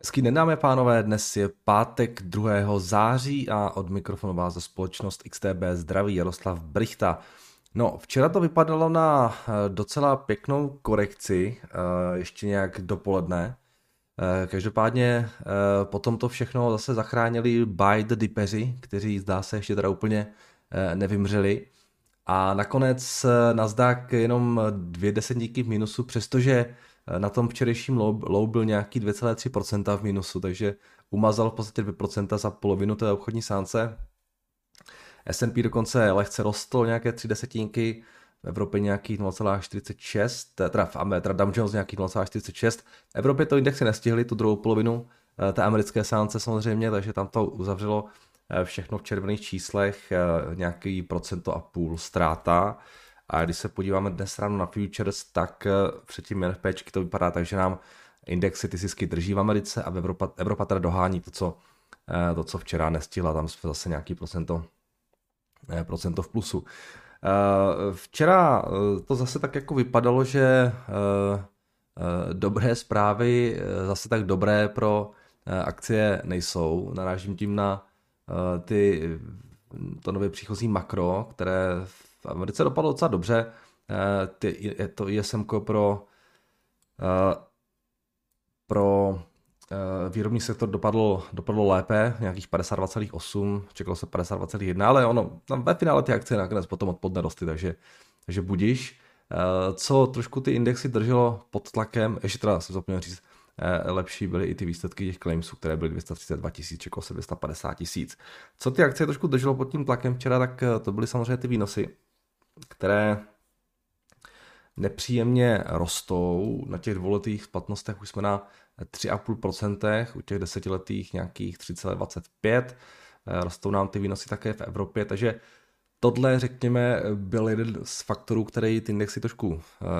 Hezký den, dámy a pánové, dnes je pátek 2. září a od mikrofonu vás za společnost XTB zdraví Jaroslav Brichta. No, včera to vypadalo na docela pěknou korekci, ještě nějak dopoledne. Každopádně potom to všechno zase zachránili buy the dipeři, kteří zdá se ještě teda úplně nevymřeli. A nakonec Nasdaq jenom 0,2 v minusu, přestože na tom včerejším low byl nějaký 2,3% v minusu, takže umazal v podstatě 2% za polovinu té obchodní sánce. S&P dokonce lehce rostl nějaké 0,3, v Evropě nějakých 0,46, teda Dow Jones nějakých 0,46. V Evropě to indexy nestihly, tu druhou polovinu té americké sánce samozřejmě, takže tam to uzavřelo všechno v červených číslech, nějaký 1,5% ztráta. A když se podíváme dnes ráno na futures, tak předtím NFPčky to vypadá tak, že nám indexy ty zisky drží v Americe a Evropa teda dohání to, co včera nestihla, tam jsme zase nějaký procento v plusu. Včera to zase tak jako vypadalo, že dobré zprávy zase tak dobré pro akcie nejsou. Narážím tím na to nově příchozí makro, které v Americe dopadlo docela dobře. To ISM pro výrobní sektor dopadlo lépe, nějakých 52,8, čekalo se 52,1, ale ono tam ve finále ty akcie nakonec potom odpoledne rostly, takže budiš. Co trošku ty indexy drželo pod tlakem, ještě teda se zapomněl říct, lepší byly i ty výsledky těch claimsů, které byly 232 000, čekalo se 250 000. Co ty akcie trošku drželo pod tím tlakem včera, tak to byly samozřejmě ty výnosy, které nepříjemně rostou. Na těch dvouletých splatnostech už jsme na 3,5%, u těch desetiletých nějakých 3,25%. Rostou nám ty výnosy také v Evropě, takže tohle, řekněme, byl jeden z faktorů, který ty indexy trošku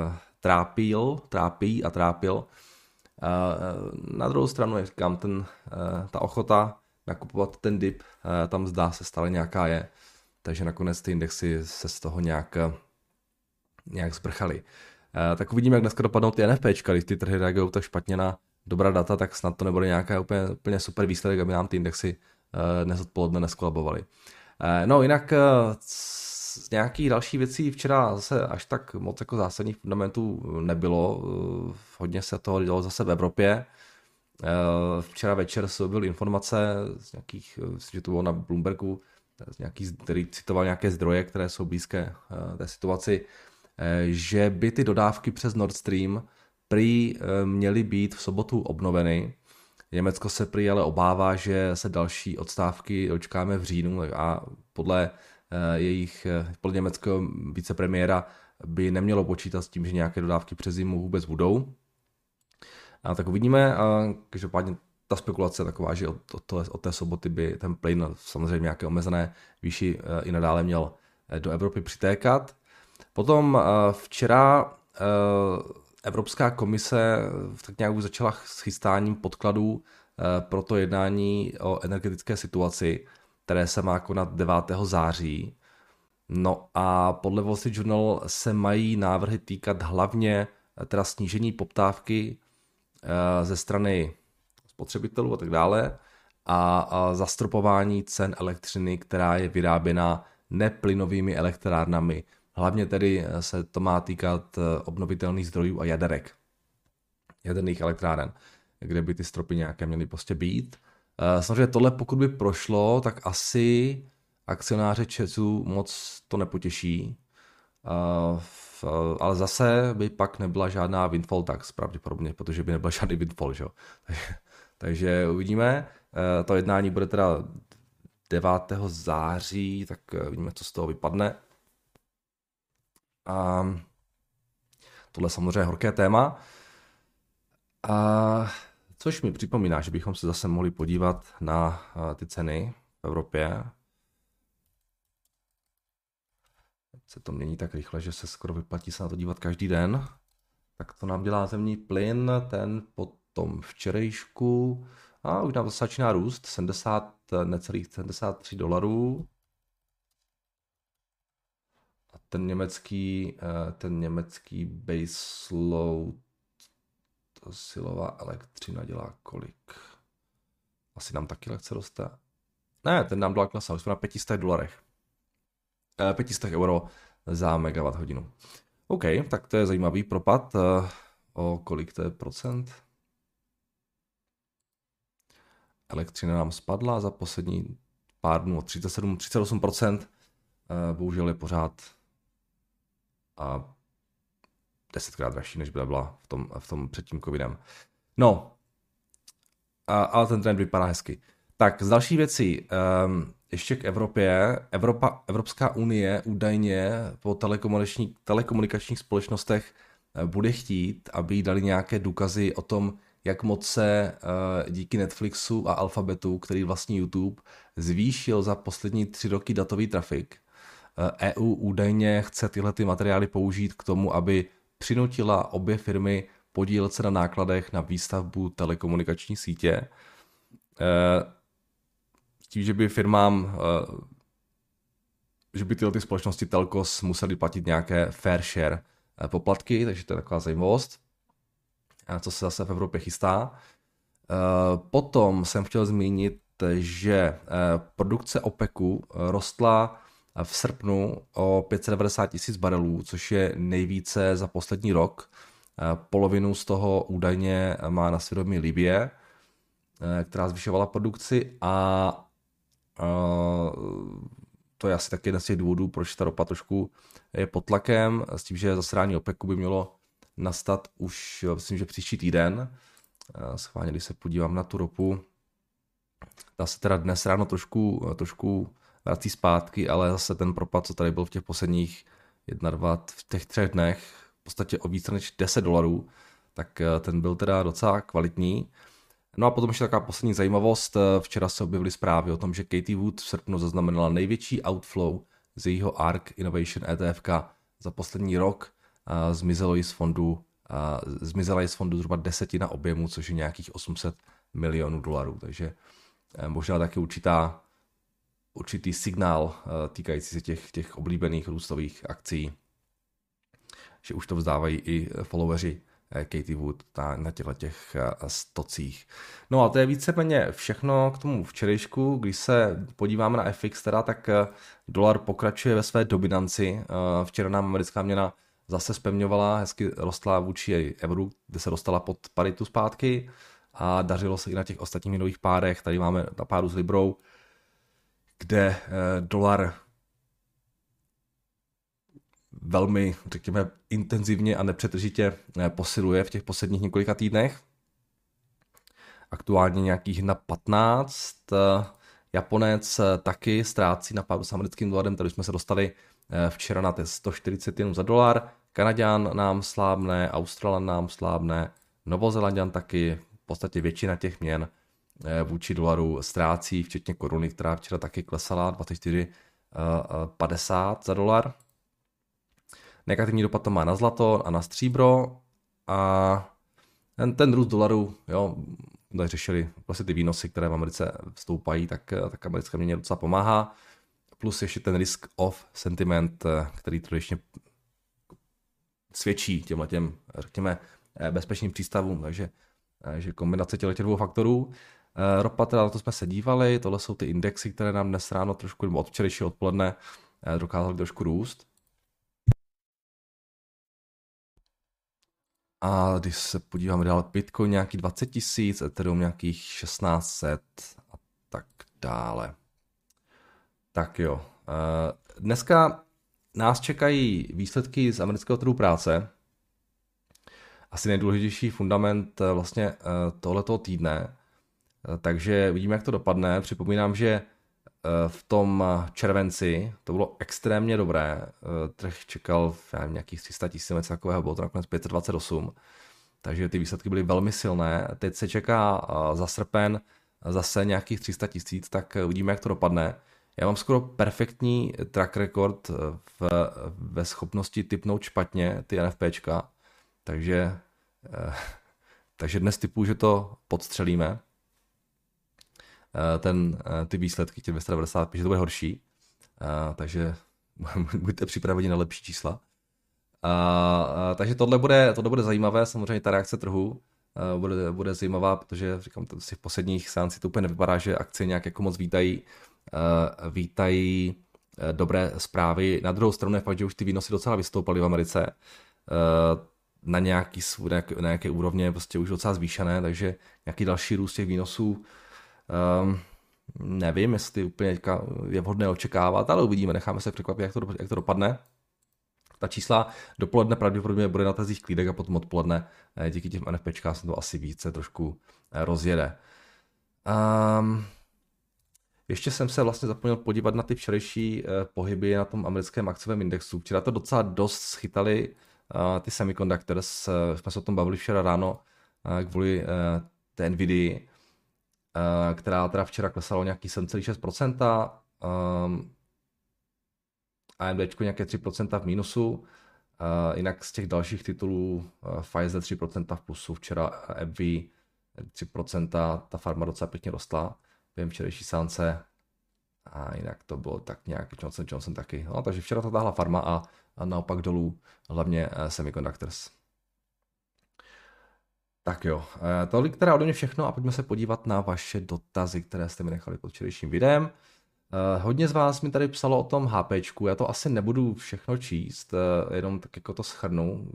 trápil. Na druhou stranu, jak říkám, ta ochota nakupovat ten dip, tam zdá se stále nějaká je, takže nakonec ty indexy se z toho nějak zbrchaly. Tak uvidíme, jak dneska dopadnou ty NFPčka, když ty trhy reagují tak špatně na dobrá data, tak snad to nebude nějaká úplně super výsledek, aby nám ty indexy dnes odpoledne neskolabovaly. No jinak z nějakých dalších věcí včera zase až tak moc jako zásadních fundamentů nebylo. Hodně se toho dělo zase v Evropě. Včera večer se objevily informace z nějakých, že to bylo na Bloombergu, který citoval nějaké zdroje, které jsou blízké té situaci, že by ty dodávky přes Nord Stream prý měly být v sobotu obnoveny. Německo se prý ale obává, že se další odstávky dočkáme v říjnu a podle německého vicepremiéra by nemělo počítat s tím, že nějaké dodávky přes zimu vůbec budou. A tak uvidíme. Každopádně ta spekulace je taková, že od té soboty by ten plyn samozřejmě nějaké omezené výši i nadále měl do Evropy přitékat. Potom včera Evropská komise tak nějak už začala s chystáním podkladů pro to jednání o energetické situaci, které se má konat 9. září. No a podle Wall Street Journal se mají návrhy týkat hlavně teda snížení poptávky ze strany spotřebitelů a tak dále a zastropování cen elektřiny, která je vyráběna neplynovými elektrárnami. Hlavně tedy se to má týkat obnovitelných zdrojů a jaderných elektráren, kde by ty stropy nějaké měly prostě být. Samozřejmě tohle, pokud by prošlo, tak asi akcionáře ČEZu moc to nepotěší, ale zase by pak nebyla žádná windfall tax pravděpodobně, protože by nebyl žádný windfall, že? Takže uvidíme. To jednání bude teda 9. září, tak uvidíme, co z toho vypadne. A tohle je samozřejmě horké téma. Což mi připomíná, že bychom se zase mohli podívat na ty ceny v Evropě. Se to mění tak rychle, že se skoro vyplatí se na to dívat každý den. Tak to nám dělá zemní plyn, ten potom včerejšku. A už nám to začíná růst, necelých $73. A ten německý baseload, to silová elektřina dělá kolik? Asi nám taky lehce roste. Ne, ten nám dolar klesal, už jsme na $500. 500 euro za megawatt hodinu. OK, tak to je zajímavý propad. O kolik to je procent? Elektřina nám spadla za poslední pár dnů o 38%. Bohužel je pořád a 10krát dražší, než byla v tom před tím covidem. No, ale ten trend vypadá hezky. Tak z další věcí, ještě k Evropě. Evropská unie údajně po telekomunikačních společnostech bude chtít, aby jí dali nějaké důkazy o tom, jak moc se díky Netflixu a Alphabetu, který vlastní YouTube, zvýšil za poslední 3 roky datový trafik. EU údajně chce tyhle ty materiály použít k tomu, aby přinutila obě firmy podílet se na nákladech na výstavbu telekomunikační sítě. Tím, že by firmám, že by tyhle ty společnosti telcos museli platit nějaké fair share poplatky, takže to je taková zajímavost, co se zase v Evropě chystá. Potom jsem chtěl zmínit, že produkce OPECu rostla v srpnu o 590 000 barelů, což je nejvíce za poslední rok. Polovinu z toho údajně má na svědomí Libye, která zvyšovala produkci a to je asi taky jeden z těch důvodů, proč ta ropa trošku je pod tlakem, s tím, že zasedání OPECu by mělo nastat už, myslím, že příští týden. Schválně, když se podívám na tu ropu, ta se teda dnes ráno trošku vrací zpátky, ale zase ten propad, co tady byl v těch posledních v těch 3 dnech, v podstatě o více než $10, tak ten byl teda docela kvalitní. No a potom ještě taková poslední zajímavost. Včera se objevily zprávy o tom, že Katie Wood v srpnu zaznamenala největší outflow z jejího ARK Innovation ETF za poslední rok. Zmizela jí z fondu zhruba 1/10 objemu, což je nějakých $800 milionů. Takže možná taky určitý signál týkající se těch oblíbených růstových akcí, že už to vzdávají i followeri Katie Wood na těch stocích. No a to je víceméně všechno k tomu včerejšku. Když se podíváme na FX, tak dolar pokračuje ve své dominanci. Včera nám americká měna zase zpevňovala, hezky rostla vůči euru, kde se dostala pod paritu zpátky a dařilo se i na těch ostatních měnových párech. Tady máme na páru s Librou, kde dolar velmi, řekněme, intenzivně a nepřetržitě posiluje v těch posledních několika týdnech. Aktuálně nějakých na 15. Japonec taky ztrácí na páru s americkým dolarem, tady jsme se dostali včera na 140 jenů za dolar. Kanaďan nám slábne, Australan nám slábne, Novozélanďan taky, v podstatě většina těch měn vůči dolaru ztrácí, včetně koruny, která včera taky klesala 24,50 za dolar. Negativní dopad to má na zlato a na stříbro a ten růst dolaru, jo, tady řešili vlastně ty výnosy, které v Americe vstoupají, tak americká měně docela pomáhá. Plus ještě ten risk of sentiment, který tradičně svědčí těmhletěm, řekněme, bezpečným přístavům, takže kombinace těchto 2 faktorů. Ropa, teda na to jsme se dívali, tohle jsou ty indexy, které nám dnes ráno trošku, nebo od včerejšího odpoledne dokázaly trošku růst. A když se podíváme dál, Bitcoin nějaký 20 000, Ethereum nějakých 1600 a tak dále. Tak jo. Dneska nás čekají výsledky z amerického trhu práce. Asi nejdůležitější fundament vlastně tohletoho týdne. Takže vidíme, jak to dopadne. Připomínám, že v tom červenci to bylo extrémně dobré. Trh čekal nějakých 300 000, něco takového, bylo to nakonec 528. Takže ty výsledky byly velmi silné. Teď se čeká za srpen zase nějakých 300 000, tak uvidíme, jak to dopadne. Já mám skoro perfektní track record ve schopnosti tipnout špatně ty NFPčka, takže dnes tipuju, že to podstřelíme. Ty výsledky těch 295, že to bude horší, takže buďte připraveni na lepší čísla. Takže tohle bude zajímavé, samozřejmě ta reakce trhu. bude zajímavá, protože říkám, to si v posledních seancích to úplně nevypadá, že akcie nějak jako moc vítají dobré zprávy. Na druhou stranu je fakt, že už ty výnosy docela vystoupaly v Americe na nějaké úrovně, prostě už docela zvýšené, takže nějaký další růst těch výnosů nevím, jestli úplně je vhodné očekávat, ale uvidíme, necháme se překvapit, jak to dopadne. Ta čísla dopoledne pravděpodobně bude na tezích klídek a potom odpoledne díky těm NFPčkám se to asi více trošku rozjede. Ještě jsem se vlastně zapomněl podívat na ty včerejší pohyby na tom americkém akciovém indexu. Včera to docela dost schytali ty semiconductors, jsme se o tom bavili včera ráno kvůli té Nvidii, která teda včera klesala o nějaký 7,6%, AMDčko nějaké 3% v mínusu, jinak z těch dalších titulů Pfizer 3% v plusu, včera AbbVie 3%, ta farma docela pěkně rostla během včerejší seance a jinak to bylo tak nějak Johnson taky. No, takže včera to táhla farma a naopak dolů hlavně semiconductors. Tak jo, tolik teda ode mě všechno a pojďme se podívat na vaše dotazy, které jste mi nechali pod včerejším videem. Hodně z vás mi tady psalo o tom HPčku, já to asi nebudu všechno číst, jenom tak jako to shrnu.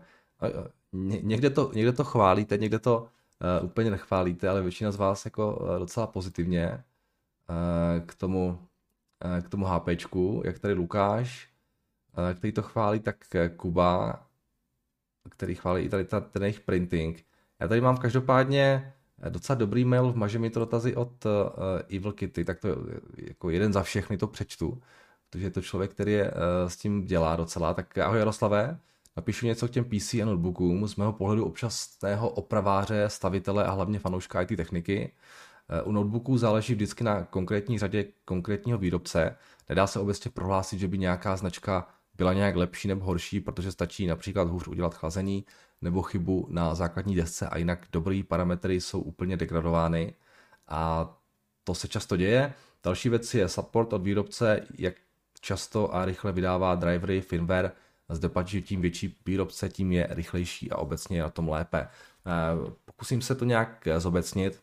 Někde to chválíte, někde to úplně nechválíte, ale většina z vás jako docela pozitivně k tomu HPčku, jak tady Lukáš, který to chválí, tak Kuba, který chválí i tady ten jejich printing. Já tady mám každopádně docela dobrý mail, vmaže mi to dotazy od Evil Kitty, tak to jako jeden za všechny to přečtu, protože je to člověk, který s tím dělá docela. Tak ahoj Jaroslave, napíšu něco k těm PC a notebookům, z mého pohledu občasného opraváře, stavitele a hlavně fanouška IT techniky. U notebooků záleží vždycky na konkrétní řadě konkrétního výrobce. Nedá se obecně prohlásit, že by nějaká značka byla nějak lepší nebo horší, protože stačí například hůř udělat chlazení nebo chybu na základní desce a jinak dobrý parametry jsou úplně degradovány a to se často děje. Další věc je support od výrobce, jak často a rychle vydává drivery, firmware. Zde pak, že tím větší výrobce, tím je rychlejší a obecně je na tom lépe. Pokusím se to nějak zobecnit.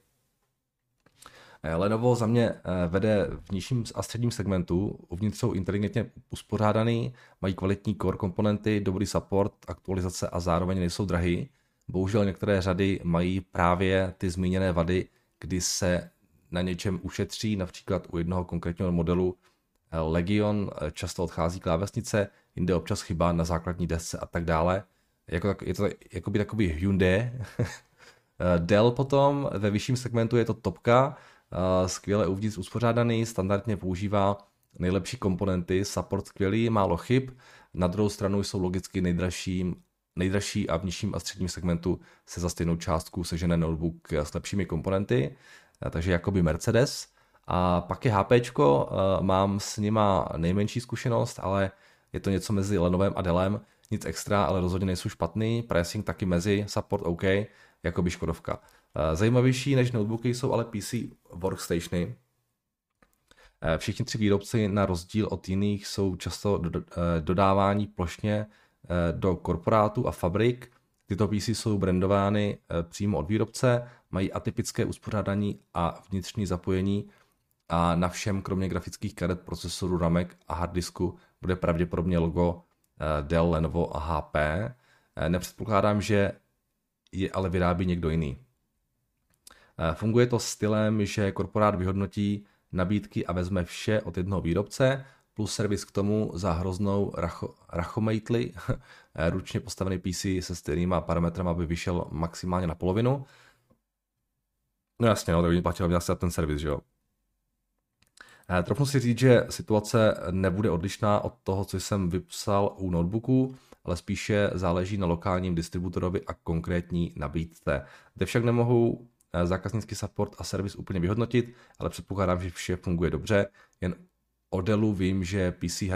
Lenovo za mě vede v nižším a středním segmentu, uvnitř jsou inteligentně uspořádaný, mají kvalitní core komponenty, dobrý support, aktualizace a zároveň nejsou drahý. Bohužel některé řady mají právě ty zmíněné vady, kdy se na něčem ušetří, například u jednoho konkrétního modelu Legion často odchází klávesnice, jinde občas chyba na základní desce a tak dále. Je to jakoby takový Hyundai. Dell potom ve vyšším segmentu je to topka, skvěle uvnitř uspořádaný, standardně používá nejlepší komponenty, support skvělý, málo chyb. Na druhou stranu jsou logicky nejdražší a v nižším a středním segmentu se za stejnou částku sežene notebook s lepšími komponenty, takže jakoby Mercedes. A pak je HPčko, mám s nima nejmenší zkušenost, ale je to něco mezi Lenovem a Dellem, nic extra, ale rozhodně nejsou špatný, pricing taky mezi, support OK, jakoby Škodovka. Zajímavější než notebooky jsou ale PC workstationy. Všichni tři výrobci na rozdíl od jiných jsou často dodávání plošně do korporátů a fabrik. Tyto PC jsou brandovány přímo od výrobce, mají atypické uspořádání a vnitřní zapojení a na všem, kromě grafických karet, procesoru, ramek a harddisku, bude pravděpodobně logo Dell, Lenovo a HP. Nepředpokládám, že je ale vyrábí někdo jiný. Funguje to stylem, že korporát vyhodnotí nabídky a vezme vše od jednoho výrobce, plus servis k tomu za hroznou rachomejtli, ručně postavený PC se stejnýma parametrama, aby vyšel maximálně na polovinu. No jasně, no, tak by platil asi ten servis, že jo. Trochu si říct, že situace nebude odlišná od toho, co jsem vypsal u notebooku, ale spíše záleží na lokálním distributorovi a konkrétní nabídce. Zde však nemohou zákaznický support a servis úplně vyhodnotit, ale předpokládám, že vše funguje dobře. Jen o Dellu vím, že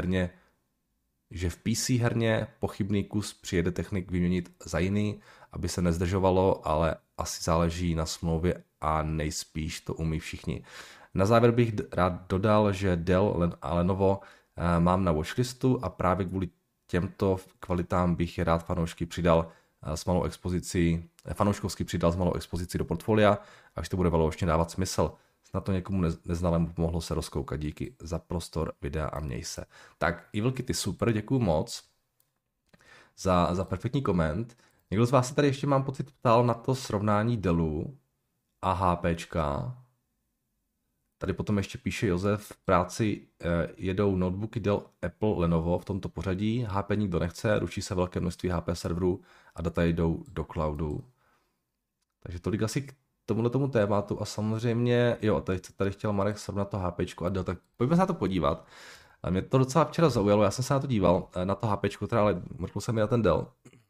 v PC herně pochybný kus přijede technik vyměnit za jiný, aby se nezdržovalo, ale asi záleží na smlouvě a nejspíš to umí všichni. Na závěr bych rád dodal, že Dell a Lenovo mám na watchlistu a právě kvůli těmto kvalitám bych je rád fanoušky přidal s malou expozicí fanouškovsky přidal s malou expozici do portfolia, až to bude valuačně dávat smysl. Snad to někomu neznalému mohlo se rozkoukat. Díky za prostor videa a měj se. Tak Evil Kitty, super, děkuju moc za perfektní koment. Někdo z vás se tady ještě, mám pocit, ptal na to srovnání Dellu a HPčka. Tady potom ještě píše Josef, v práci jedou notebooky Dell, Apple, Lenovo v tomto pořadí, HP nikdo nechce, ruší se velké množství HP serverů a data jdou do cloudu. Takže tolik asi k tomu tématu a samozřejmě, jo, tady chtěl Marek srovnat to HPčko a Dell, tak pojďme se na to podívat. Mě to docela včera zaujalo, já jsem se na to díval, na to HPčko, teda, ale mrkl jsem mi na ten Dell.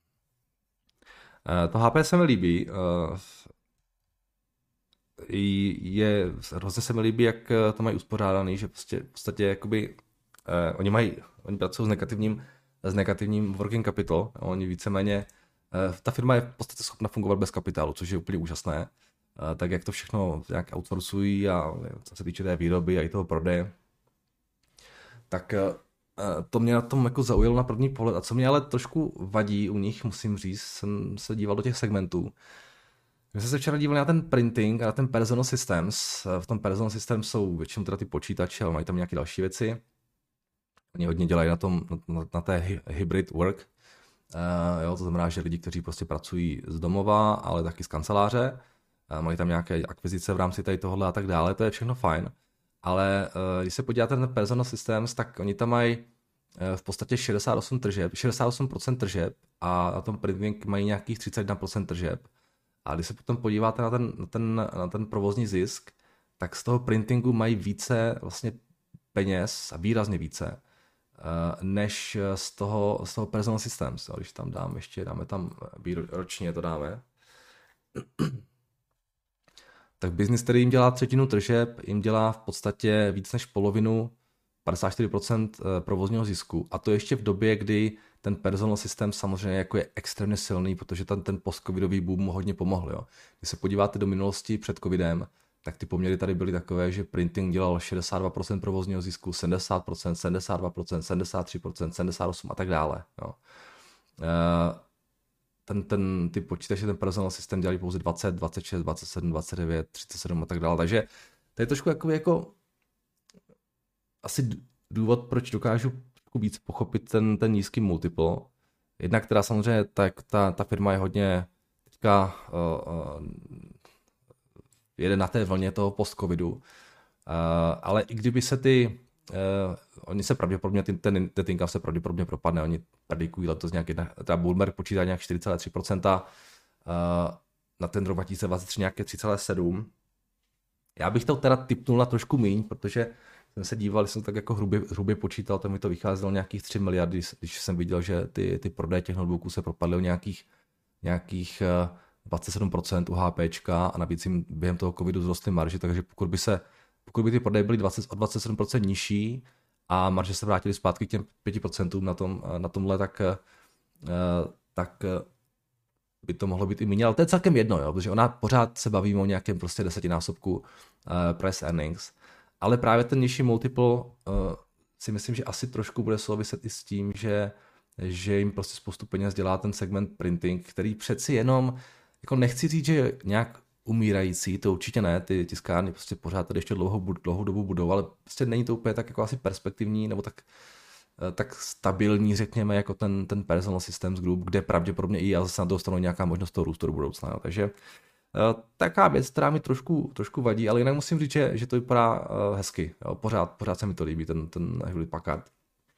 To HP se mi líbí, hrozně se mi líbí, jak to mají uspořádaný, že prostě v podstatě jakoby, oni pracují s negativním working capital, oni víceméně, ta firma je v podstatě schopna fungovat bez kapitálu, což je úplně úžasné, tak jak to všechno nějak outsourcují a co se týče té výroby a i toho prodeje, tak to mě na tom jako zaujalo na první pohled a co mě ale trošku vadí u nich, musím říct, jsem se díval do těch segmentů. My jsme se včera dívali na ten printing a na ten personal systems. V tom personal systems jsou většinou teda ty počítače, ale mají tam nějaké další věci. Oni hodně dělají na té hybrid work. Jo, to znamená, že lidi, kteří prostě pracují z domova, ale taky z kanceláře, mají tam nějaké akvizice v rámci tady tohohle a tak dále, to je všechno fajn. Ale když se podíváte na personal systems, tak oni tam mají v podstatě 68% tržeb a na tom printing mají nějakých 31% tržeb. A když se potom podíváte na ten provozní zisk, tak z toho printingu mají více vlastně peněz a výrazně více, než z toho personal systems. Když tam dáme tam ročně to dáme. Tak business, který jim dělá třetinu tržeb, jim dělá v podstatě víc než polovinu, 54% provozního zisku. A to ještě v době, kdy ten personal systém samozřejmě jako je extrémně silný, protože ten post-covidový boom hodně pomohl. Jo. Když se podíváte do minulosti před covidem, tak ty poměry tady byly takové, že printing dělal 62% provozního zisku, 70%, 72%, 73%, 78% a tak dále. Jo. Ty počítače, ten personal systém dělali pouze 20, 26, 27, 29, 37 a tak dále. Takže to je trošku jako asi důvod, proč dokážu víc pochopit ten nízký multiple. Jednak teda samozřejmě ta firma je hodně teďka jede na té vlně toho post-covidu, ale i kdyby se oni se pravděpodobně, ten income se pravděpodobně propadne, oni predikují letos nějak teda Bloomberg počítá nějak 4,3%, na ten rok 2023 nějaké 3,7%. Já bych to teda tipnul na trošku míň, protože jsem se díval, jsem tak jako hrubě počítal, tam mi to vycházelo nějakých 3 miliardy, když jsem viděl, že ty prodeje těch notebooků se propadly o nějakých 27% u HPčka a navíc jim během toho covidu vzrostly marže, takže pokud by ty prodeje byly o 27% nižší a marže se vrátily zpátky k těm 5% na tomhle, tak by to mohlo být i méně, ale to je celkem jedno, jo, protože ona pořád se baví o nějakém prostě 10násobku price earnings. Ale právě ten nižší multiple si myslím, že asi trošku bude souviset i s tím, že jim prostě spoustu peněz dělá ten segment printing, který přeci jenom, jako nechci říct, že je nějak umírající, to určitě ne, ty tiskárny prostě pořád tady ještě dlouhou dobu budou, ale prostě není to úplně tak jako asi perspektivní, nebo tak stabilní, řekněme, jako ten Personal Systems Group, kde pravděpodobně i já zase na to dostanu nějaká možnost toho růstu do budoucna. Jo. Takže taká věc, která mi trošku vadí, ale jinak musím říct, že to vypadá hezky. Jo. Pořád se mi to líbí, ten Hewlett Packard.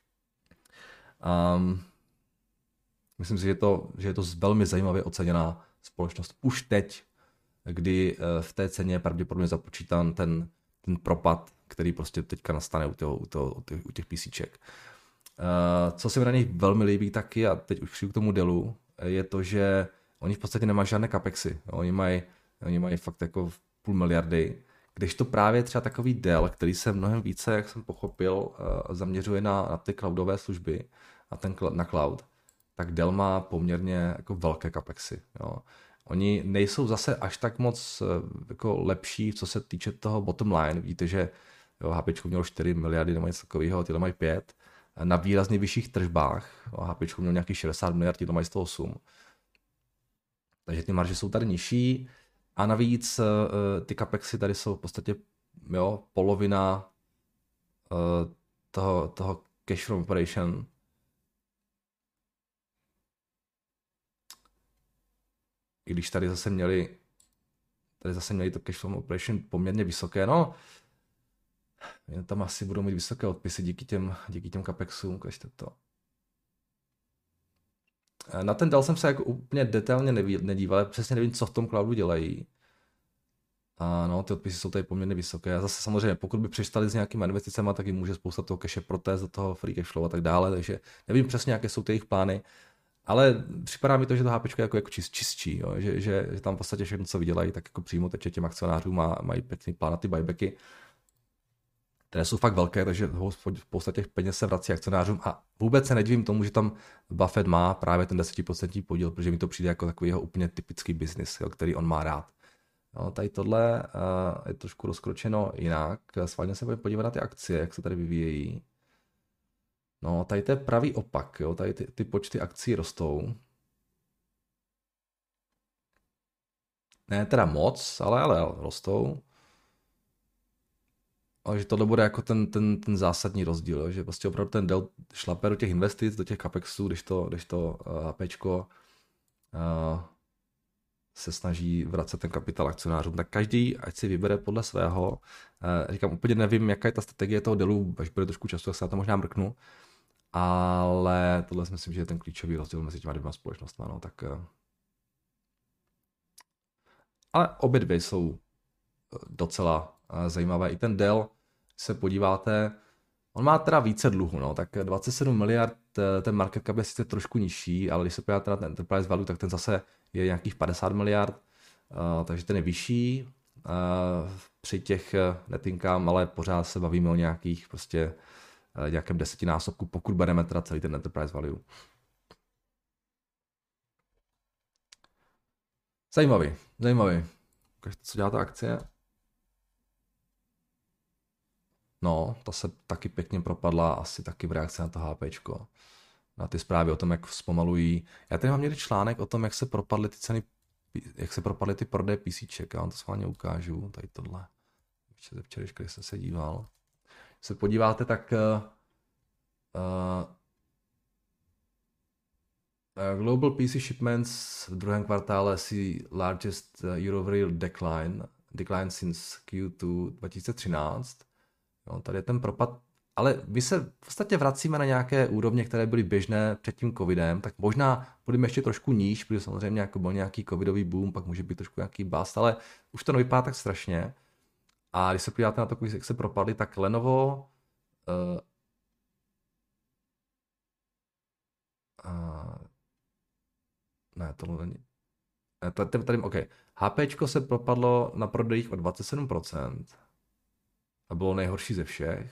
Myslím si, že je to velmi zajímavě oceněná společnost už teď, kdy v té ceně je pravděpodobně započítán ten propad, který prostě teďka nastane u těch PCček. Co se mi na nich velmi líbí taky, a teď už přijdu k tomu Dellu, je to, že oni v podstatě nemají žádné capexy. Oni mají fakt jako 500 miliardy, kdežto právě třeba takový Dell, který se mnohem více, jak jsem pochopil, zaměřuje na ty cloudové služby a na cloud, tak Dell má poměrně jako velké capexy. Jo. Oni nejsou zase až tak moc jako lepší, co se týče toho bottom line. Víte, že HP mělo 4 miliardy, nebo něco takového, tyhle mají 5. Na výrazně vyšších tržbách. HP měl nějakých 60 miliard, tyhle mají 108. Takže ty marže jsou tady nižší a navíc ty capexy tady jsou v podstatě polovina toho cash from operation. I když tady zase měli to cash from operation poměrně vysoké, no tam asi budou mít vysoké odpisy díky těm capexům, ukažte to. Na ten Dell jsem se jako úplně detailně nedíval, přesně nevím, co v tom cloudu dělají. A no, ty odpisy jsou tady poměrně vysoké. A zase samozřejmě, pokud by přistali s nějakými investicemi, tak jim může spousta toho cache protézt do toho free cash flow a tak dále, takže nevím přesně, jaké jsou ty jejich plány. Ale připadá mi to, že to HP je jako čistší, jo? Že tam v podstatě všechno, co vydělají, tak jako přímo teče těm akcionářům a mají pěkný plán na ty buybacky, které jsou fakt velké, takže spousta těch peněz se vrací akcionářům a vůbec se nedivím tomu, že tam Buffett má právě ten 10% podíl, protože mi to přijde jako takový jeho úplně typický business, jo, který on má rád. No, tady tohle je trošku rozkročeno jinak. Sválně se budeme podívat na ty akcie, jak se tady vyvíjejí. No, tady to je pravý opak, jo? Tady ty počty akcí rostou. Ne teda moc, ale rostou. Ale že tohle bude jako ten zásadní rozdíl, jo? Že prostě opravdu ten Dell šlape do těch investic, do těch capexů, když to HPčko se snaží vracet ten kapitál akcionářům, tak každý, ať si vybere podle svého. Říkám, úplně nevím, jaká je ta strategie toho Dellu, až bude trošku času, tak se na to možná mrknu. Ale tohle si myslím, že je ten klíčový rozdíl mezi těma dvěma společnostmi. No, tak... Ale obě dvě jsou docela zajímavé. I ten Dell, když se podíváte, on má teda více dluhu, no, tak 27 miliard, ten market cap je sice trošku nižší, ale když se podíváte na ten enterprise value, tak ten zase je nějakých 50 miliard, takže ten je vyšší. Při těch net income, ale pořád se bavíme o nějakých prostě nějakém 10násobku, pokud bereme teda celý ten enterprise value. Zajímavý. Co dělá ta akcie? No, ta se taky pěkně propadla, asi taky v reakci na to HPčko. Na ty zprávy o tom, jak zpomalují. Já tady mám někdy článek o tom, jak se propadly ty ceny, jak se propadly ty prodeje PCček. Já vám to schválně ukážu, tady tohle. Ještě ze včerejška, když jsem se díval. Když se podíváte, tak global PC shipments v druhém kvartále see largest year-over-year decline since Q2 2013. Jo, tady je ten propad, ale my se v podstatě vracíme na nějaké úrovně, které byly běžné před tím covidem, tak možná budeme ještě trošku níž, protože samozřejmě jako byl nějaký covidový boom, pak může být trošku nějaký bust, ale už to nevypadá tak strašně. A když se podíváte na to, jak se propadly, tak Lenovo ne, tohle není. Tady, OK. HPčko se propadlo na prodejích o 27%. A bylo nejhorší ze všech.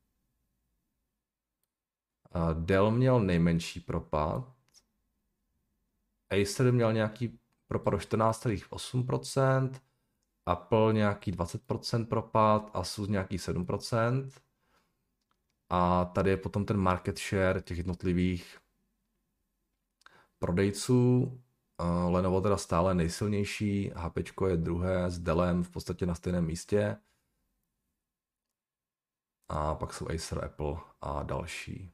Dell měl nejmenší propad. Acer měl nějaký propad o 14,8%. Apple nějaký 20% propad. Asus nějaký 7%. A tady je potom ten market share těch jednotlivých prodejců. Lenovo teda stále nejsilnější, HPčko je druhé s Dellem v podstatě na stejném místě. A pak jsou Acer, Apple a další.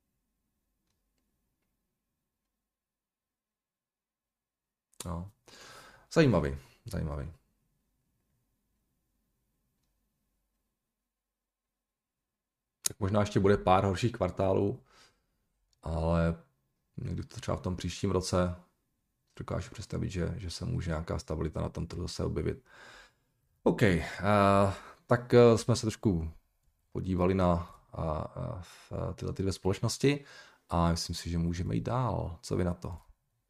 No. Zajímavý. Tak možná ještě bude pár horších kvartálů, ale někdy to třeba v tom příštím roce dokážu představit, že se může nějaká stabilita na tom trhu zase objevit. OK, tak jsme se trošku podívali na tyhle dvě společnosti a myslím si, že můžeme jít dál. Co vy na to?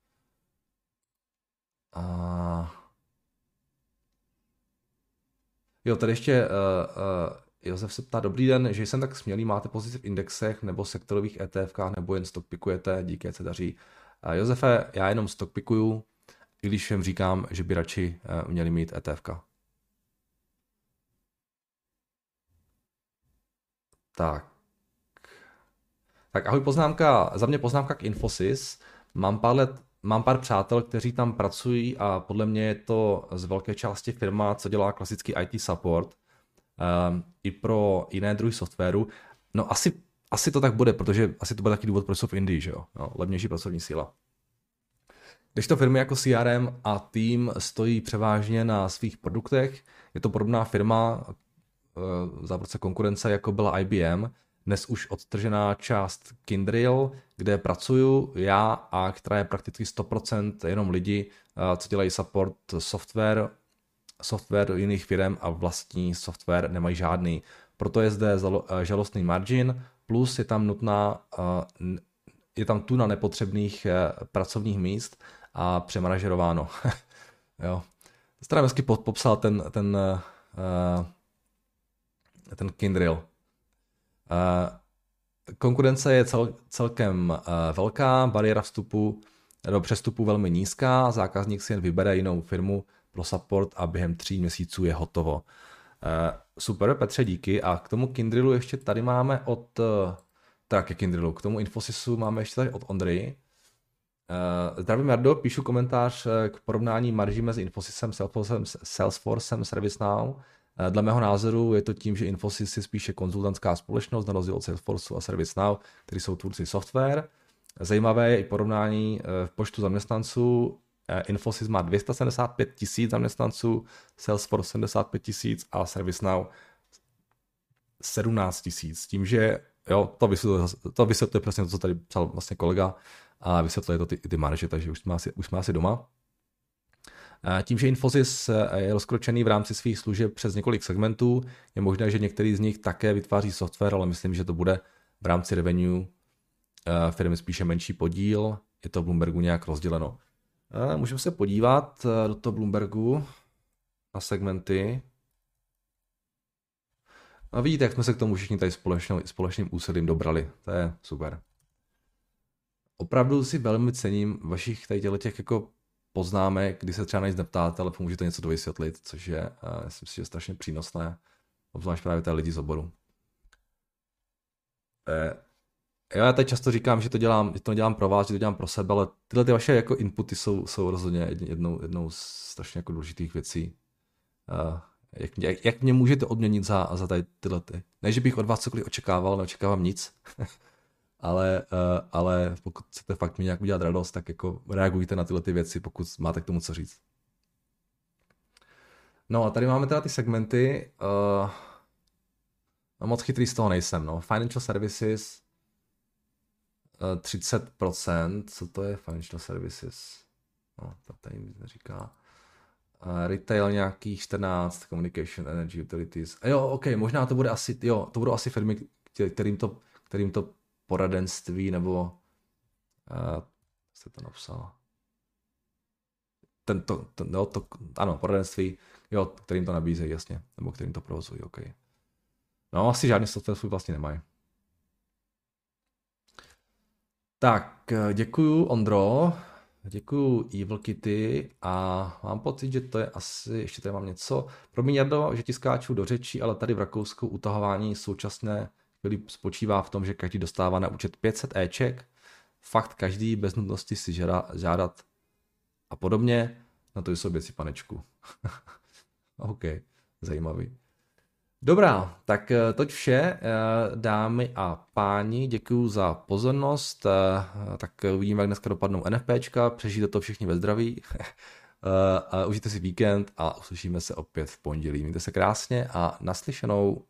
Jo, tady ještě Josef se ptá, dobrý den, že jsem tak smělý, máte pozici v indexech nebo sektorových ETFkách, nebo jen stockpikujete, díky, jak se daří. Josefe, já jenom stockpikuju, i když všem říkám, že by radši měli mít ETFka. Tak ahoj, za mě poznámka k Infosys. Mám pár let mám pár přátel, kteří tam pracují a podle mě je to z velké části firma, co dělá klasický IT support i pro jiné druhy softwaru. No asi to tak bude, protože asi to bude taky důvod, proč jsou v Indii, že jo? No, levnější pracovní síla. Když to firmy jako CRM a tým stojí převážně na svých produktech, je to podobná firma, závodce konkurence, jako byla IBM, dnes už odtržená část Kyndryl, kde pracuju já a která je prakticky 100% jenom lidi, co dělají support software jiných firm a vlastní software nemají žádný. Proto je zde žalostný margin, plus je tam tuna nepotřebných pracovních míst a přemanažerováno. Jo. Starý hezky popsal ten Kyndryl. Konkurence je celkem velká, bariéra vstupu do přestupu velmi nízká, zákazník si jen vybere jinou firmu pro support a během 3 měsíců je hotovo. Super, Petře, díky. A k tomu Kyndrylu ještě tady máme k tomu Infosisu máme ještě tady od Ondry. Zdravím, Jardo, píšu komentář k porovnání marží mezi Infosysem, Salesforcem, ServiceNow. Dle mého názoru je to tím, že Infosys je spíše konzultantská společnost na rozdíl od Salesforceu a ServiceNow, který jsou tvůrci software. Zajímavé je i porovnání v počtu zaměstnanců. Infosys má 275 000 zaměstnanců, Salesforce 75 000 a ServiceNow 17 000. S tím, že jo, to vysvětluje přesně to, co tady psal vlastně kolega a vysvětluje to ty marže, takže už jsme asi doma. Tím, že Infosys je rozkročený v rámci svých služeb přes několik segmentů, je možné, že některý z nich také vytváří software, ale myslím, že to bude v rámci revenue firmy spíše menší podíl. Je to v Bloombergu nějak rozděleno. Můžeme se podívat do toho Bloombergu na segmenty. A vidíte, jak jsme se k tomu všichni tady společným úsilím dobrali. To je super. Opravdu si velmi cením vašich tady těch jako poznámek, kdy se třeba na nic neptáte, ale pomůžete něco dovysvětlit, což je, myslím si, že strašně přínosné, obzvlášť právě té lidi z oboru. Já teď často říkám, že to nedělám pro vás, že to dělám pro sebe, ale tyhle ty vaše jako inputy jsou rozhodně jednou z strašně jako důležitých věcí. Jak mě můžete odměnit za tady tyhle ty? Ne, že bych od vás cokoliv očekával, neočekávám nic, ale pokud chcete fakt mi nějak udělat radost, tak jako reagujte na tyhle ty věci, pokud máte k tomu co říct. No a tady máme teda ty segmenty. Moc chytrý z toho nejsem. No. Financial Services 30%. Co to je Financial Services? No, to tady nic neříká. Retail nějaký 14, Communication, Energy, Utilities. Jo, ok, možná to budou asi firmy, kterým to poradenství, nebo jste to napsala. Ano, poradenství, jo, kterým to nabízejí, jasně, nebo kterým to provozují, ok. No, asi žádný software svůj vlastně nemají. Tak, děkuju Ondro, děkuju Evil Kitty a mám pocit, že to je asi, ještě tady mám něco. Promiň, Jardo, že ti skáču do řečí, ale tady v Rakousku utahování současné chvíli spočívá v tom, že každý dostává na účet 500 éček, fakt každý bez nutnosti si žádat a podobně. Na to jsou věci, panečku. OK, zajímavý. Dobrá, tak toť vše, dámy a páni, děkuju za pozornost, tak uvidíme, jak dneska dopadnou NFPčka, přežijte to všichni ve zdraví, užijte si víkend a uslyšíme se opět v pondělí. Mějte se krásně a naslyšenou.